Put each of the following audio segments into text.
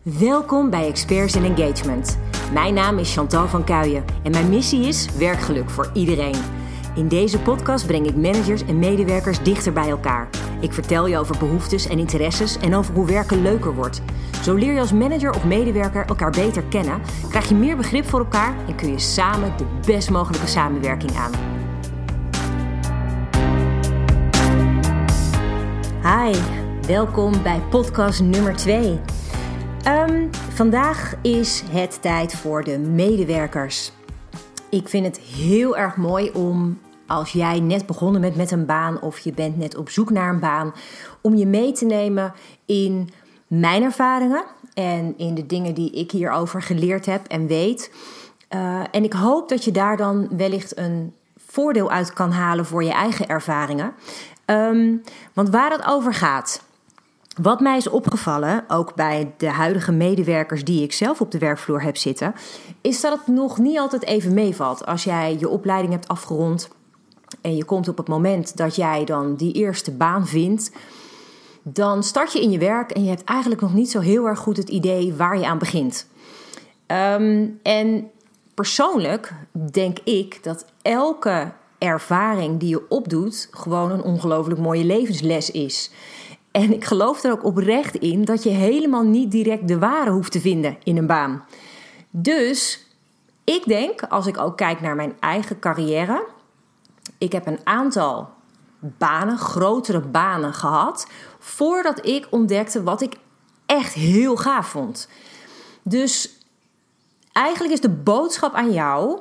Welkom bij Experts in Engagement. Mijn naam is Chantal van Kuijen en mijn missie is werkgeluk voor iedereen. In deze podcast breng ik managers en medewerkers dichter bij elkaar. Ik vertel je over behoeftes en interesses en over hoe werken leuker wordt. Zo leer je als manager of medewerker elkaar beter kennen, krijg je meer begrip voor elkaar en kun je samen de best mogelijke samenwerking aan. Hi, welkom bij podcast nummer 2. Vandaag is het tijd voor de medewerkers. Ik vind het heel erg mooi om, als jij net begonnen bent met een baan of je bent net op zoek naar een baan, om je mee te nemen in mijn ervaringen en in de dingen die ik hierover geleerd heb en weet. En ik hoop dat je daar dan wellicht een voordeel uit kan halen voor je eigen ervaringen. Want waar het over gaat, wat mij is opgevallen, ook bij de huidige medewerkers die ik zelf op de werkvloer heb zitten, is dat het nog niet altijd even meevalt. Als jij je opleiding hebt afgerond en je komt op het moment dat jij dan die eerste baan vindt, dan start je in je werk en je hebt eigenlijk nog niet zo heel erg goed het idee waar je aan begint. En persoonlijk denk ik dat elke ervaring die je opdoet gewoon een ongelooflijk mooie levensles is. En ik geloof er ook oprecht in dat je helemaal niet direct de ware hoeft te vinden in een baan. Dus ik denk, als ik ook kijk naar mijn eigen carrière, ik heb een aantal banen, grotere banen gehad, voordat ik ontdekte wat ik echt heel gaaf vond. Dus eigenlijk is de boodschap aan jou: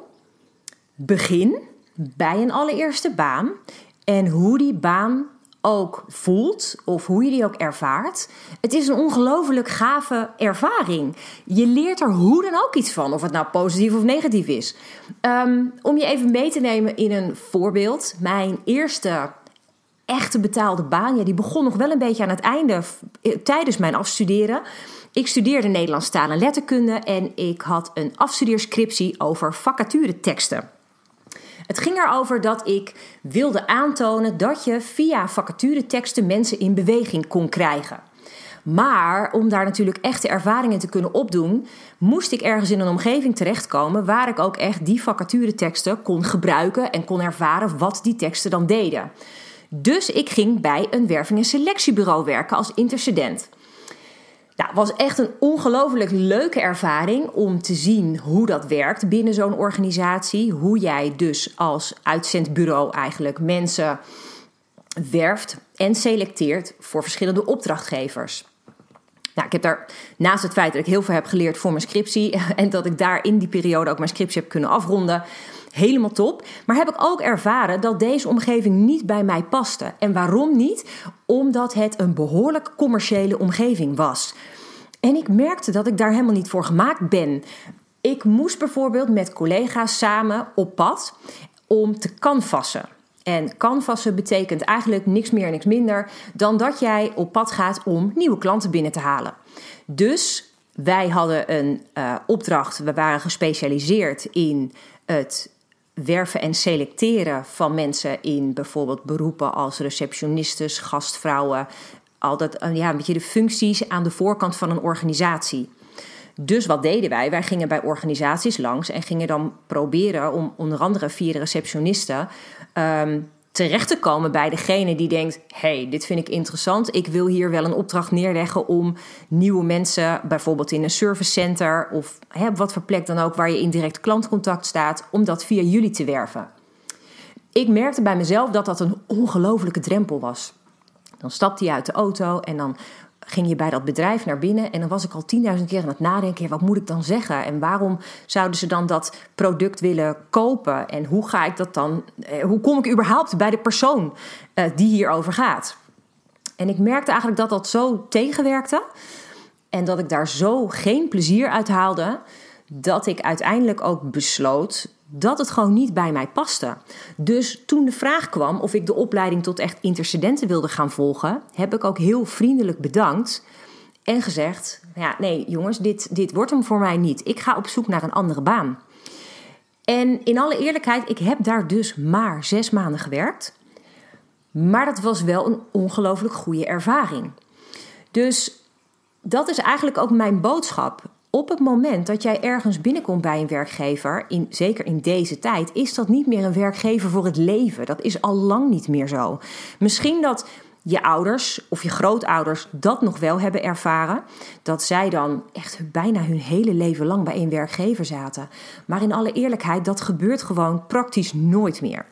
begin bij een allereerste baan en hoe die baan ook voelt of hoe je die ook ervaart. Het is een ongelooflijk gave ervaring. Je leert er hoe dan ook iets van, of het nou positief of negatief is. Om je even mee te nemen in een voorbeeld. Mijn eerste echte betaalde baan, die begon nog wel een beetje aan het einde tijdens mijn afstuderen. Ik studeerde Nederlands taal en letterkunde en ik had een afstudeerscriptie over vacatureteksten. Het ging erover dat ik wilde aantonen dat je via vacatureteksten mensen in beweging kon krijgen. Maar om daar natuurlijk echte ervaringen te kunnen opdoen, moest ik ergens in een omgeving terechtkomen waar ik ook echt die vacatureteksten kon gebruiken en kon ervaren wat die teksten dan deden. Dus ik ging bij een werving- en selectiebureau werken als intercedent. Het was echt een ongelooflijk leuke ervaring om te zien hoe dat werkt binnen zo'n organisatie. Hoe jij dus als uitzendbureau eigenlijk mensen werft en selecteert voor verschillende opdrachtgevers. Ik heb daar, naast het feit dat ik heel veel heb geleerd voor mijn scriptie en dat ik daar in die periode ook mijn scriptie heb kunnen afronden, helemaal top. Maar heb ik ook ervaren dat deze omgeving niet bij mij paste. En waarom niet? Omdat het een behoorlijk commerciële omgeving was. En ik merkte dat ik daar helemaal niet voor gemaakt ben. Ik moest bijvoorbeeld met collega's samen op pad om te canvassen. En canvassen betekent eigenlijk niks meer en niks minder dan dat jij op pad gaat om nieuwe klanten binnen te halen. Dus wij hadden een opdracht. We waren gespecialiseerd in het werven en selecteren van mensen in bijvoorbeeld beroepen als receptionistes, gastvrouwen. Altijd een beetje de functies aan de voorkant van een organisatie. Dus wat deden wij? Wij gingen bij organisaties langs en gingen dan proberen om onder andere via de receptionisten terecht te komen bij degene die denkt: hey, dit vind ik interessant. Ik wil hier wel een opdracht neerleggen om nieuwe mensen, bijvoorbeeld in een servicecenter of op wat voor plek dan ook waar je in direct klantcontact staat, om dat via jullie te werven. Ik merkte bij mezelf dat dat een ongelofelijke drempel was. Dan stapte je uit de auto en dan ging je bij dat bedrijf naar binnen. En dan was ik al 10.000 keer aan het nadenken: wat moet ik dan zeggen? En waarom zouden ze dan dat product willen kopen? En hoe ga ik dat dan? Hoe kom ik überhaupt bij de persoon die hierover gaat? En ik merkte eigenlijk dat dat zo tegenwerkte. En dat ik daar zo geen plezier uit haalde, dat ik uiteindelijk ook besloot dat het gewoon niet bij mij paste. Dus toen de vraag kwam of ik de opleiding tot echt intercedenten wilde gaan volgen, heb ik ook heel vriendelijk bedankt en gezegd: nee jongens, dit wordt hem voor mij niet. Ik ga op zoek naar een andere baan. En in alle eerlijkheid, ik heb daar dus maar 6 maanden gewerkt. Maar dat was wel een ongelooflijk goede ervaring. Dus dat is eigenlijk ook mijn boodschap. Op het moment dat jij ergens binnenkomt bij een werkgever, zeker in deze tijd, is dat niet meer een werkgever voor het leven. Dat is al lang niet meer zo. Misschien dat je ouders of je grootouders dat nog wel hebben ervaren. Dat zij dan echt bijna hun hele leven lang bij een werkgever zaten. Maar in alle eerlijkheid, dat gebeurt gewoon praktisch nooit meer.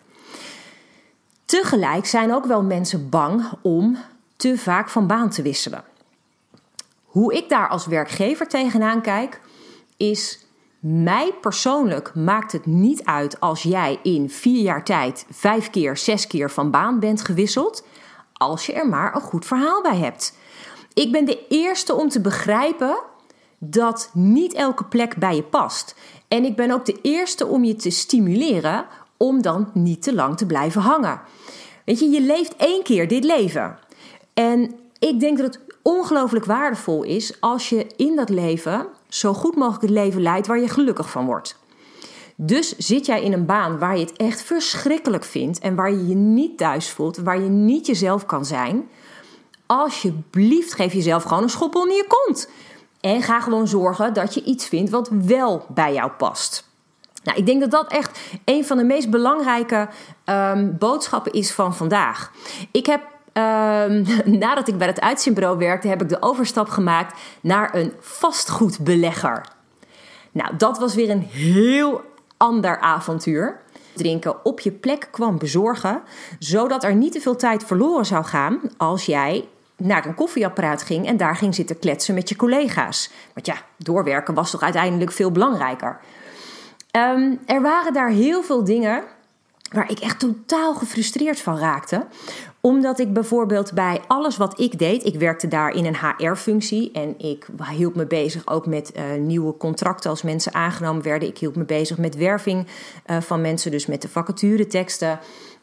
Tegelijk zijn ook wel mensen bang om te vaak van baan te wisselen. Hoe ik daar als werkgever tegenaan kijk, is mij persoonlijk maakt het niet uit als jij in 4 jaar tijd 5 keer, 6 keer van baan bent gewisseld, als je er maar een goed verhaal bij hebt. Ik ben de eerste om te begrijpen dat niet elke plek bij je past. En ik ben ook de eerste om je te stimuleren om dan niet te lang te blijven hangen. Weet je leeft 1 keer dit leven. En ik denk dat het ongelooflijk waardevol is als je in dat leven zo goed mogelijk het leven leidt waar je gelukkig van wordt. Dus zit jij in een baan waar je het echt verschrikkelijk vindt en waar je je niet thuis voelt, waar je niet jezelf kan zijn, alsjeblieft geef jezelf gewoon een schop onder je kont. En ga gewoon zorgen dat je iets vindt wat wel bij jou past. Nou, ik denk dat dat echt een van de meest belangrijke boodschappen is van vandaag. Ik heb nadat ik bij het uitzendbureau werkte, heb ik de overstap gemaakt naar een vastgoedbelegger. Nou, dat was weer een heel ander avontuur. Drinken op je plek kwam bezorgen, zodat er niet te veel tijd verloren zou gaan als jij naar een koffieapparaat ging en daar ging zitten kletsen met je collega's. Want ja, doorwerken was toch uiteindelijk veel belangrijker. Er waren daar heel veel dingen waar ik echt totaal gefrustreerd van raakte. Omdat ik bijvoorbeeld bij alles wat ik deed, ik werkte daar in een HR-functie en ik hield me bezig ook met nieuwe contracten als mensen aangenomen werden. Ik hield me bezig met werving van mensen, dus met de vacatureteksten.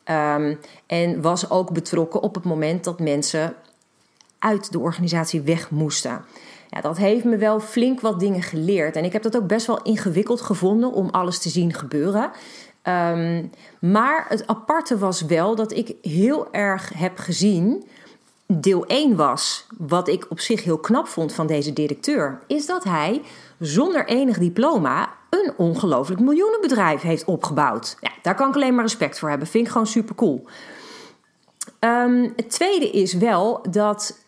En was ook betrokken op het moment dat mensen uit de organisatie weg moesten. Ja, dat heeft me wel flink wat dingen geleerd. En ik heb dat ook best wel ingewikkeld gevonden om alles te zien gebeuren. Maar het aparte was wel dat ik heel erg heb gezien. Deel 1 was, wat ik op zich heel knap vond van deze directeur, is dat hij zonder enig diploma een ongelooflijk miljoenenbedrijf heeft opgebouwd. Ja, daar kan ik alleen maar respect voor hebben. Vind ik gewoon super cool. Het tweede is wel dat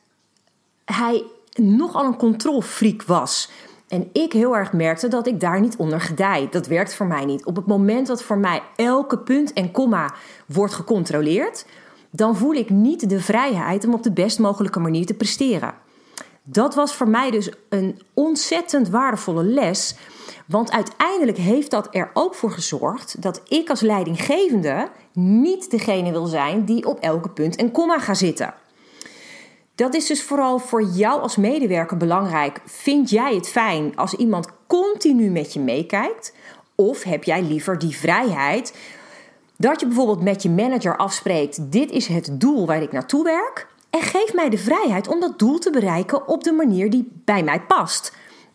hij nogal een controlfreak was. En ik heel erg merkte dat ik daar niet onder gedij. Dat werkt voor mij niet. Op het moment dat voor mij elke punt en komma wordt gecontroleerd, dan voel ik niet de vrijheid om op de best mogelijke manier te presteren. Dat was voor mij dus een ontzettend waardevolle les. Want uiteindelijk heeft dat er ook voor gezorgd dat ik als leidinggevende niet degene wil zijn die op elke punt en komma gaat zitten. Dat is dus vooral voor jou als medewerker belangrijk. Vind jij het fijn als iemand continu met je meekijkt? Of heb jij liever die vrijheid dat je bijvoorbeeld met je manager afspreekt: dit is het doel waar ik naartoe werk. En geef mij de vrijheid om dat doel te bereiken op de manier die bij mij past.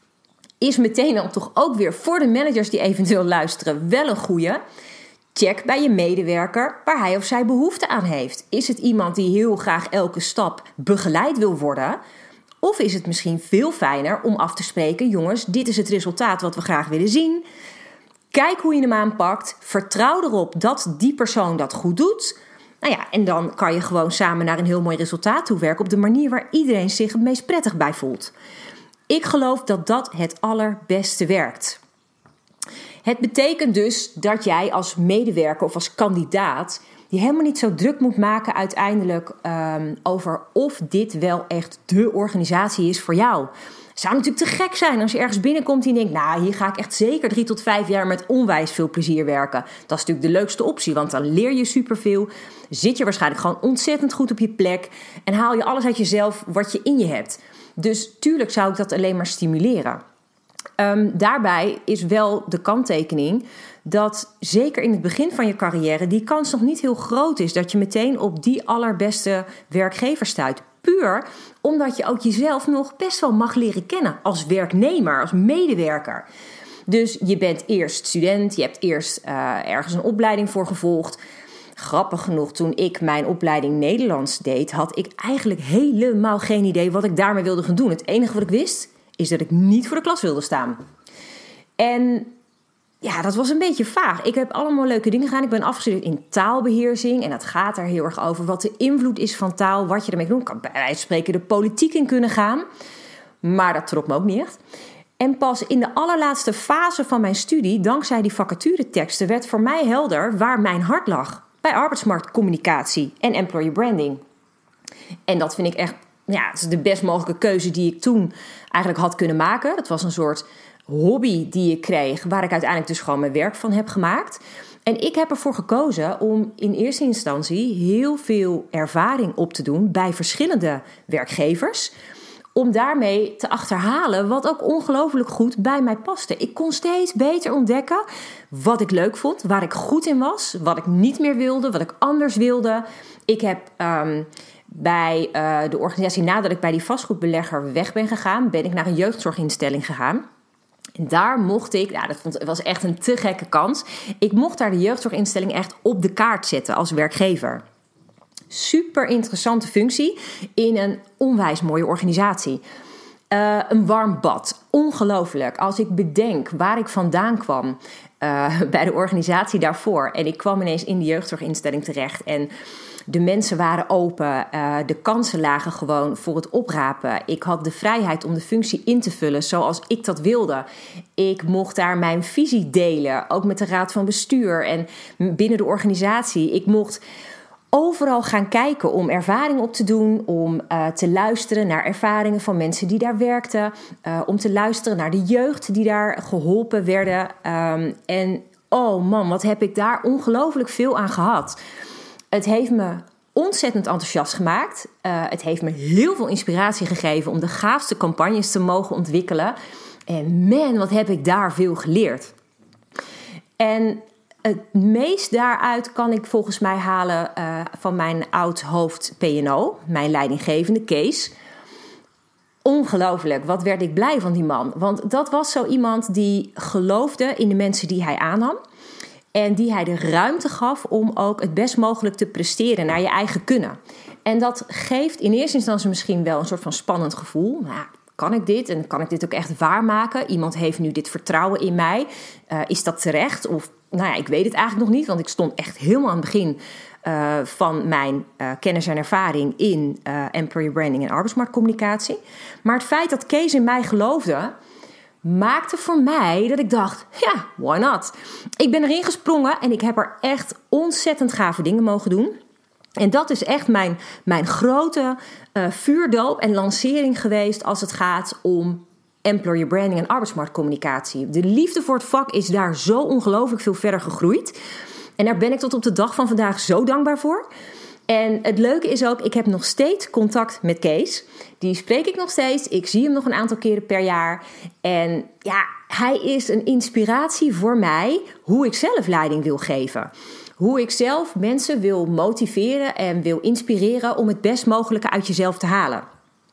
Is meteen dan toch ook weer voor de managers die eventueel luisteren wel een goeie. Check bij je medewerker waar hij of zij behoefte aan heeft. Is het iemand die heel graag elke stap begeleid wil worden? Of is het misschien veel fijner om af te spreken: jongens, dit is het resultaat wat we graag willen zien. Kijk hoe je hem aanpakt. Vertrouw erop dat die persoon dat goed doet. Nou ja, en dan kan je gewoon samen naar een heel mooi resultaat toe werken op de manier waar iedereen zich het meest prettig bij voelt. Ik geloof dat dat het allerbeste werkt. Het betekent dus dat jij als medewerker of als kandidaat je helemaal niet zo druk moet maken uiteindelijk over of dit wel echt de organisatie is voor jou. Het zou natuurlijk te gek zijn als je ergens binnenkomt en je denkt: nou, hier ga ik echt zeker 3 tot 5 jaar met onwijs veel plezier werken. Dat is natuurlijk de leukste optie, want dan leer je superveel. Zit je waarschijnlijk gewoon ontzettend goed op je plek en haal je alles uit jezelf wat je in je hebt. Dus tuurlijk zou ik dat alleen maar stimuleren. Daarbij is wel de kanttekening dat zeker in het begin van je carrière die kans nog niet heel groot is dat je meteen op die allerbeste werkgever stuit. Puur omdat je ook jezelf nog best wel mag leren kennen als werknemer, als medewerker. Dus je bent eerst student, je hebt eerst ergens een opleiding voor gevolgd. grappig genoeg, toen ik mijn opleiding Nederlands deed, had ik eigenlijk helemaal geen idee wat ik daarmee wilde gaan doen. Het enige wat ik wist, is dat ik niet voor de klas wilde staan. En ja, dat was een beetje vaag. Ik heb allemaal leuke dingen gedaan. Ik ben afgestudeerd in taalbeheersing. En dat gaat daar heel erg over wat de invloed is van taal. Wat je ermee kan doen. Ik kan bij wijze van spreken de politiek in kunnen gaan. Maar dat trok me ook niet echt. En pas in de allerlaatste fase van mijn studie, dankzij die vacatureteksten, werd voor mij helder waar mijn hart lag. Bij arbeidsmarktcommunicatie en employer branding. En dat vind ik echt, ja, het is de best mogelijke keuze die ik toen eigenlijk had kunnen maken. Dat was een soort hobby die ik kreeg, waar ik uiteindelijk dus gewoon mijn werk van heb gemaakt. En ik heb ervoor gekozen om in eerste instantie heel veel ervaring op te doen bij verschillende werkgevers, om daarmee te achterhalen wat ook ongelooflijk goed bij mij paste. Ik kon steeds beter ontdekken wat ik leuk vond, waar ik goed in was, wat ik niet meer wilde, wat ik anders wilde. Ik heb bij de organisatie, nadat ik bij die vastgoedbelegger weg ben gegaan, ben ik naar een jeugdzorginstelling gegaan. En daar mocht ik, het was echt een te gekke kans. Ik mocht daar de jeugdzorginstelling echt op de kaart zetten als werkgever. Super interessante functie in een onwijs mooie organisatie. Een warm bad, ongelooflijk. Als ik bedenk waar ik vandaan kwam bij de organisatie daarvoor, en ik kwam ineens in de jeugdzorginstelling terecht en de mensen waren open, de kansen lagen gewoon voor het oprapen. Ik had de vrijheid om de functie in te vullen zoals ik dat wilde. Ik mocht daar mijn visie delen, ook met de raad van bestuur en binnen de organisatie. Ik mocht overal gaan kijken om ervaring op te doen, om te luisteren naar ervaringen van mensen die daar werkten, om te luisteren naar de jeugd die daar geholpen werden. En oh man, wat heb ik daar ongelooflijk veel aan gehad. Het heeft me ontzettend enthousiast gemaakt. Het heeft me heel veel inspiratie gegeven om de gaafste campagnes te mogen ontwikkelen. En man, wat heb ik daar veel geleerd. En het meest daaruit kan ik volgens mij halen van mijn oud-hoofd P&O, mijn leidinggevende Kees. Ongelooflijk, wat werd ik blij van die man. Want dat was zo iemand die geloofde in de mensen die hij aannam. En die hij de ruimte gaf om ook het best mogelijk te presteren naar je eigen kunnen. En dat geeft in eerste instantie misschien wel een soort van spannend gevoel. Nou, kan ik dit? En kan ik dit ook echt waarmaken? Iemand heeft nu dit vertrouwen in mij. Is dat terecht? Of, nou ja, ik weet het eigenlijk nog niet. Want ik stond echt helemaal aan het begin van mijn kennis en ervaring in employer branding en arbeidsmarktcommunicatie. Maar het feit dat Kees in mij geloofde, maakte voor mij dat ik dacht, ja, why not? Ik ben erin gesprongen en ik heb er echt ontzettend gave dingen mogen doen. En dat is echt mijn grote vuurdoop en lancering geweest als het gaat om employer branding en arbeidsmarktcommunicatie. De liefde voor het vak is daar zo ongelooflijk veel verder gegroeid. En daar ben ik tot op de dag van vandaag zo dankbaar voor. En het leuke is ook, ik heb nog steeds contact met Kees. Die spreek ik nog steeds. Ik zie hem nog een aantal keren per jaar. En ja, hij is een inspiratie voor mij hoe ik zelf leiding wil geven. Hoe ik zelf mensen wil motiveren en wil inspireren om het best mogelijke uit jezelf te halen.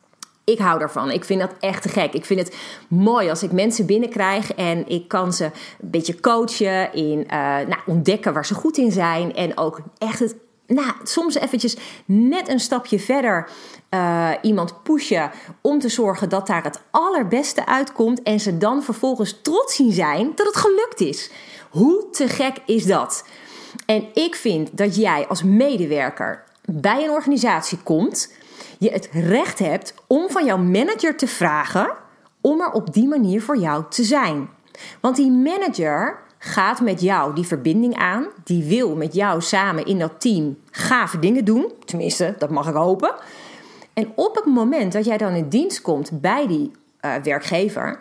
Ik hou daarvan. Ik vind dat echt te gek. Ik vind het mooi als ik mensen binnenkrijg en ik kan ze een beetje coachen in ontdekken waar ze goed in zijn. En ook echt soms eventjes net een stapje verder iemand pushen om te zorgen dat daar het allerbeste uitkomt en ze dan vervolgens trots zien zijn dat het gelukt is. Hoe te gek is dat? En ik vind dat jij als medewerker bij een organisatie komt, je het recht hebt om van jouw manager te vragen om er op die manier voor jou te zijn. Want die manager gaat met jou die verbinding aan. Die wil met jou samen in dat team gave dingen doen. Tenminste, dat mag ik hopen. En op het moment dat jij dan in dienst komt bij die werkgever,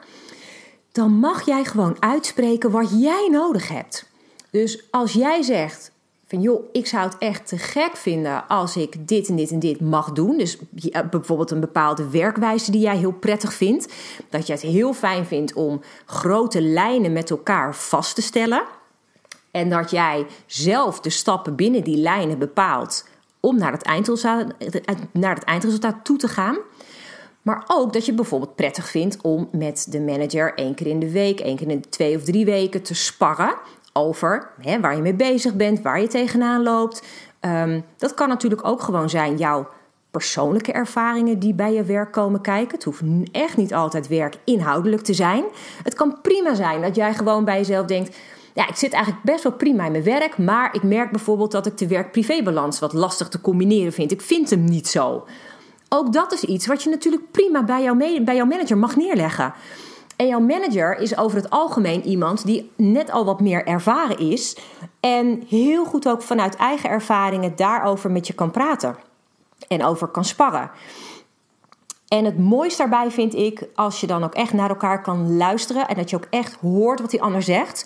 dan mag jij gewoon uitspreken wat jij nodig hebt. Dus als jij zegt van joh, ik zou het echt te gek vinden als ik dit en dit en dit mag doen. Dus bijvoorbeeld een bepaalde werkwijze die jij heel prettig vindt. Dat je het heel fijn vindt om grote lijnen met elkaar vast te stellen. En dat jij zelf de stappen binnen die lijnen bepaalt om naar het eindresultaat toe te gaan. Maar ook dat je het bijvoorbeeld prettig vindt om met de manager 1 keer in de week, 1 keer in de 2 of 3 weken te sparren over waar je mee bezig bent, waar je tegenaan loopt. Dat kan natuurlijk ook gewoon zijn jouw persoonlijke ervaringen die bij je werk komen kijken. Het hoeft echt niet altijd werk inhoudelijk te zijn. Het kan prima zijn dat jij gewoon bij jezelf denkt, ja, ik zit eigenlijk best wel prima in mijn werk, maar ik merk bijvoorbeeld dat ik de werk-privé-balans wat lastig te combineren vind. Ik vind hem niet zo. Ook dat is iets wat je natuurlijk prima bij jouw manager mag neerleggen. En jouw manager is over het algemeen iemand die net al wat meer ervaren is en heel goed ook vanuit eigen ervaringen daarover met je kan praten en over kan sparren. En het mooiste daarbij vind ik als je dan ook echt naar elkaar kan luisteren en dat je ook echt hoort wat die ander zegt.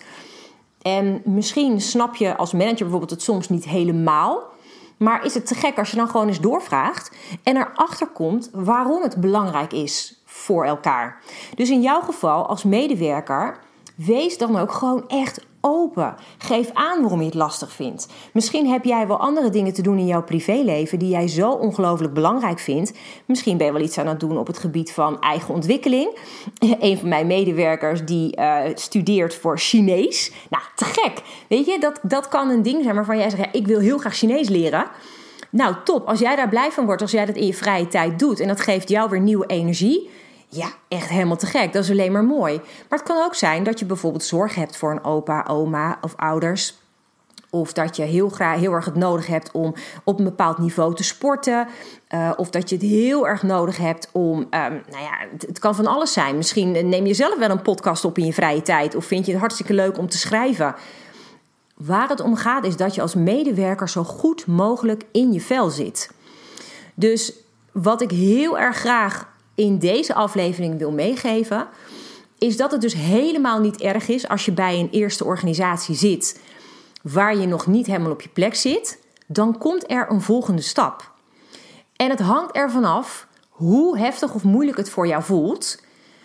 En misschien snap je als manager bijvoorbeeld het soms niet helemaal, maar is het te gek als je dan gewoon eens doorvraagt en erachter komt waarom het belangrijk is voor elkaar. Dus in jouw geval als medewerker, wees dan ook gewoon echt open. Geef aan waarom je het lastig vindt. Misschien heb jij wel andere dingen te doen in jouw privéleven die jij zo ongelooflijk belangrijk vindt. Misschien ben je wel iets aan het doen op het gebied van eigen ontwikkeling. Een van mijn medewerkers die studeert voor Chinees. Nou, te gek. Weet je, dat kan een ding zijn waarvan jij zegt, ja, ik wil heel graag Chinees leren. Nou, top. Als jij daar blij van wordt, als jij dat in je vrije tijd doet en dat geeft jou weer nieuwe energie. Ja, echt helemaal te gek. Dat is alleen maar mooi. Maar het kan ook zijn dat je bijvoorbeeld zorg hebt voor een opa, oma of ouders. Of dat je heel erg het nodig hebt om op een bepaald niveau te sporten. Of dat je het heel erg nodig hebt om, het kan van alles zijn. Misschien neem je zelf wel een podcast op in je vrije tijd. Of vind je het hartstikke leuk om te schrijven. Waar het om gaat is dat je als medewerker zo goed mogelijk in je vel zit. Dus wat ik heel erg graag in deze aflevering wil meegeven, is dat het dus helemaal niet erg is als je bij een eerste organisatie zit waar je nog niet helemaal op je plek zit, dan komt er een volgende stap. En het hangt ervan af hoe heftig of moeilijk het voor jou voelt,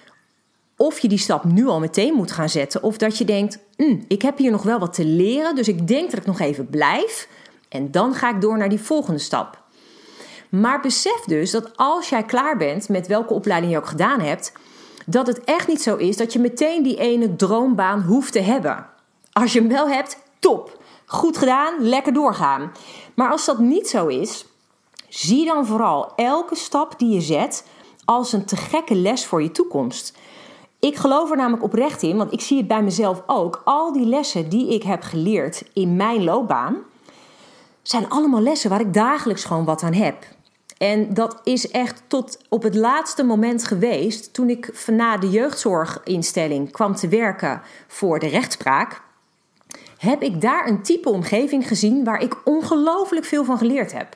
of je die stap nu al meteen moet gaan zetten, of dat je denkt, ik heb hier nog wel wat te leren, dus ik denk dat ik nog even blijf en dan ga ik door naar die volgende stap. Maar besef dus dat als jij klaar bent met welke opleiding je ook gedaan hebt, dat het echt niet zo is dat je meteen die ene droombaan hoeft te hebben. Als je hem wel hebt, top. Goed gedaan, lekker doorgaan. Maar als dat niet zo is, zie dan vooral elke stap die je zet als een te gekke les voor je toekomst. Ik geloof er namelijk oprecht in, want ik zie het bij mezelf ook. Al die lessen die ik heb geleerd in mijn loopbaan zijn allemaal lessen waar ik dagelijks gewoon wat aan heb. En dat is echt tot op het laatste moment geweest toen ik na de jeugdzorginstelling kwam te werken voor de rechtspraak. Heb ik daar een type omgeving gezien waar ik ongelooflijk veel van geleerd heb.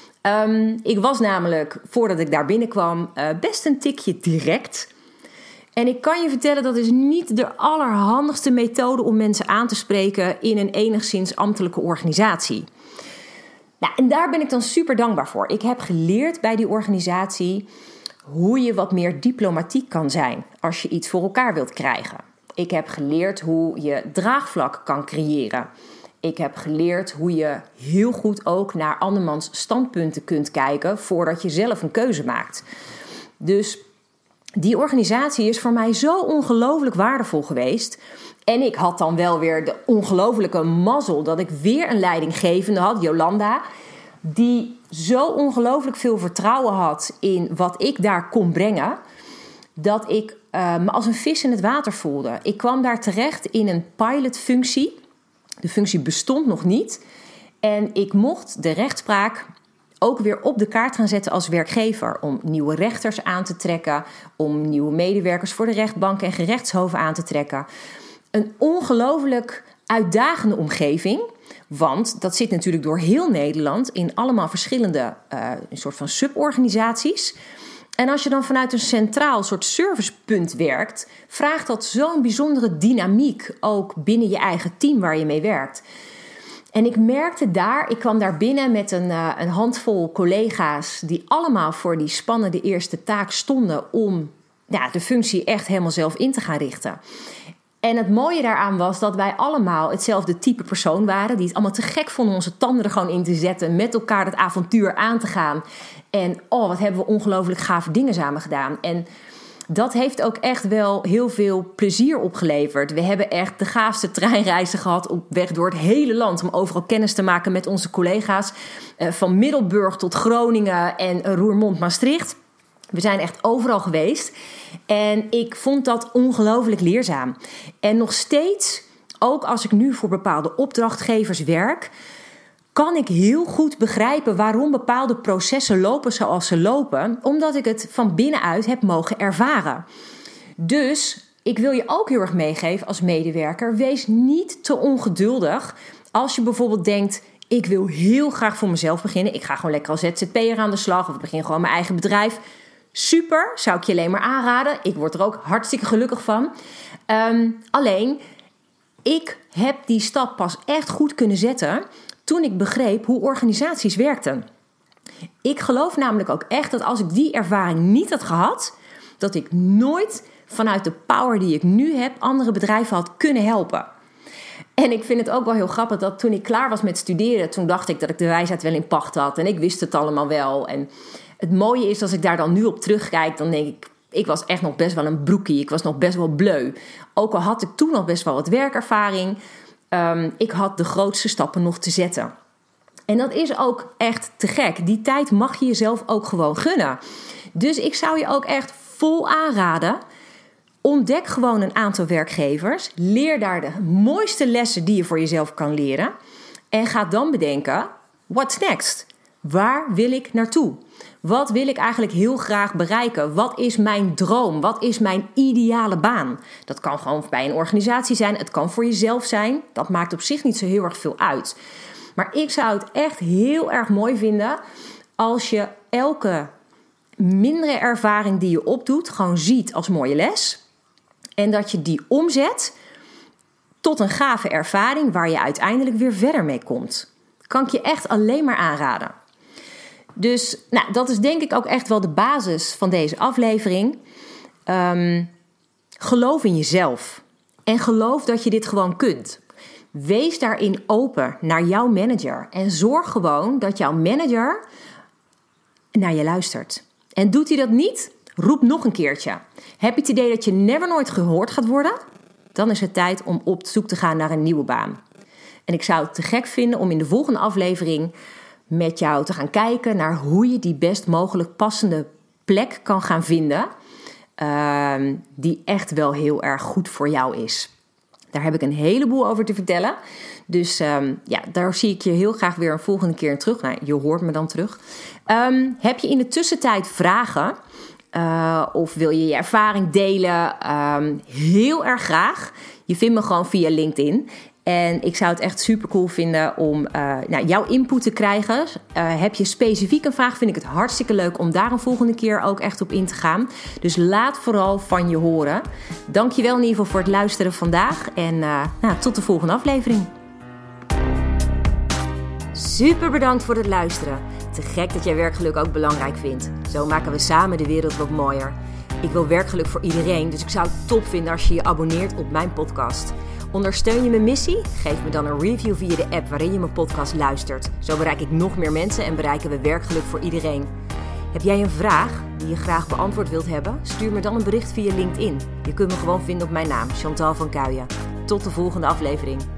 Ik was namelijk, voordat ik daar binnenkwam, best een tikje direct. En ik kan je vertellen, dat is niet de allerhandigste methode om mensen aan te spreken in een enigszins ambtelijke organisatie. Nou, en daar ben ik dan super dankbaar voor. Ik heb geleerd bij die organisatie hoe je wat meer diplomatiek kan zijn als je iets voor elkaar wilt krijgen. Ik heb geleerd hoe je draagvlak kan creëren. Ik heb geleerd hoe je heel goed ook naar andermans standpunten kunt kijken voordat je zelf een keuze maakt. Dus die organisatie is voor mij zo ongelooflijk waardevol geweest. En ik had dan wel weer de ongelofelijke mazzel dat ik weer een leidinggevende had, Jolanda, die zo ongelooflijk veel vertrouwen had in wat ik daar kon brengen, dat ik me als een vis in het water voelde. Ik kwam daar terecht in een pilotfunctie. De functie bestond nog niet. En ik mocht de rechtspraak ook weer op de kaart gaan zetten als werkgever. Om nieuwe rechters aan te trekken. Om nieuwe medewerkers voor de rechtbank en gerechtshoven aan te trekken. Een ongelooflijk uitdagende omgeving. Want dat zit natuurlijk door heel Nederland in allemaal verschillende een soort van suborganisaties. En als je dan vanuit een centraal soort servicepunt werkt, vraagt dat zo'n bijzondere dynamiek ook binnen je eigen team waar je mee werkt. En ik merkte daar, ik kwam daar binnen met een handvol collega's die allemaal voor die spannende eerste taak stonden om de functie echt helemaal zelf in te gaan richten. En het mooie daaraan was dat wij allemaal hetzelfde type persoon waren, die het allemaal te gek vonden onze tanden er gewoon in te zetten, met elkaar het avontuur aan te gaan. En wat hebben we ongelooflijk gave dingen samen gedaan. En dat heeft ook echt wel heel veel plezier opgeleverd. We hebben echt de gaafste treinreizen gehad op weg door het hele land om overal kennis te maken met onze collega's. Van Middelburg tot Groningen en Roermond-Maastricht. We zijn echt overal geweest en ik vond dat ongelooflijk leerzaam. En nog steeds, ook als ik nu voor bepaalde opdrachtgevers werk, kan ik heel goed begrijpen waarom bepaalde processen lopen zoals ze lopen, omdat ik het van binnenuit heb mogen ervaren. Dus ik wil je ook heel erg meegeven als medewerker, wees niet te ongeduldig als je bijvoorbeeld denkt, ik wil heel graag voor mezelf beginnen. Ik ga gewoon lekker als ZZP'er aan de slag of ik begin gewoon mijn eigen bedrijf. Super, zou ik je alleen maar aanraden. Ik word er ook hartstikke gelukkig van. Alleen, ik heb die stap pas echt goed kunnen zetten toen ik begreep hoe organisaties werkten. Ik geloof namelijk ook echt dat als ik die ervaring niet had gehad, dat ik nooit vanuit de power die ik nu heb andere bedrijven had kunnen helpen. En ik vind het ook wel heel grappig dat toen ik klaar was met studeren, toen dacht ik dat ik de wijsheid wel in pacht had en ik wist het allemaal wel. En het mooie is, als ik daar dan nu op terugkijk, dan denk ik was echt nog best wel een broekie. Ik was nog best wel bleu. Ook al had ik toen nog best wel wat werkervaring, ik had de grootste stappen nog te zetten. En dat is ook echt te gek. Die tijd mag je jezelf ook gewoon gunnen. Dus ik zou je ook echt vol aanraden, ontdek gewoon een aantal werkgevers. Leer daar de mooiste lessen die je voor jezelf kan leren. En ga dan bedenken, what's next? Waar wil ik naartoe? Wat wil ik eigenlijk heel graag bereiken? Wat is mijn droom? Wat is mijn ideale baan? Dat kan gewoon bij een organisatie zijn. Het kan voor jezelf zijn. Dat maakt op zich niet zo heel erg veel uit. Maar ik zou het echt heel erg mooi vinden als je elke mindere ervaring die je opdoet gewoon ziet als mooie les. En dat je die omzet tot een gave ervaring waar je uiteindelijk weer verder mee komt. Kan ik je echt alleen maar aanraden. Dus dat is denk ik ook echt wel de basis van deze aflevering. Geloof in jezelf. En geloof dat je dit gewoon kunt. Wees daarin open naar jouw manager. En zorg gewoon dat jouw manager naar je luistert. En doet hij dat niet, roep nog een keertje. Heb je het idee dat je never nooit gehoord gaat worden? Dan is het tijd om op zoek te gaan naar een nieuwe baan. En ik zou het te gek vinden om in de volgende aflevering met jou te gaan kijken naar hoe je die best mogelijk passende plek kan gaan vinden. Die echt wel heel erg goed voor jou is. Daar heb ik een heleboel over te vertellen. Dus daar zie ik je heel graag weer een volgende keer in terug. Je hoort me dan terug. Heb je in de tussentijd vragen? Of wil je je ervaring delen? Heel erg graag. Je vindt me gewoon via LinkedIn. En ik zou het echt super cool vinden om jouw input te krijgen. Heb je specifiek een vraag, vind ik het hartstikke leuk om daar een volgende keer ook echt op in te gaan. Dus laat vooral van je horen. Dankjewel in ieder geval voor het luisteren vandaag. En tot de volgende aflevering. Super bedankt voor het luisteren. Te gek dat jij werkgeluk ook belangrijk vindt. Zo maken we samen de wereld wat mooier. Ik wil werkgeluk voor iedereen, dus ik zou het top vinden als je je abonneert op mijn podcast. Ondersteun je mijn missie? Geef me dan een review via de app waarin je mijn podcast luistert. Zo bereik ik nog meer mensen en bereiken we werkgeluk voor iedereen. Heb jij een vraag die je graag beantwoord wilt hebben? Stuur me dan een bericht via LinkedIn. Je kunt me gewoon vinden op mijn naam, Chantal van Kuijen. Tot de volgende aflevering.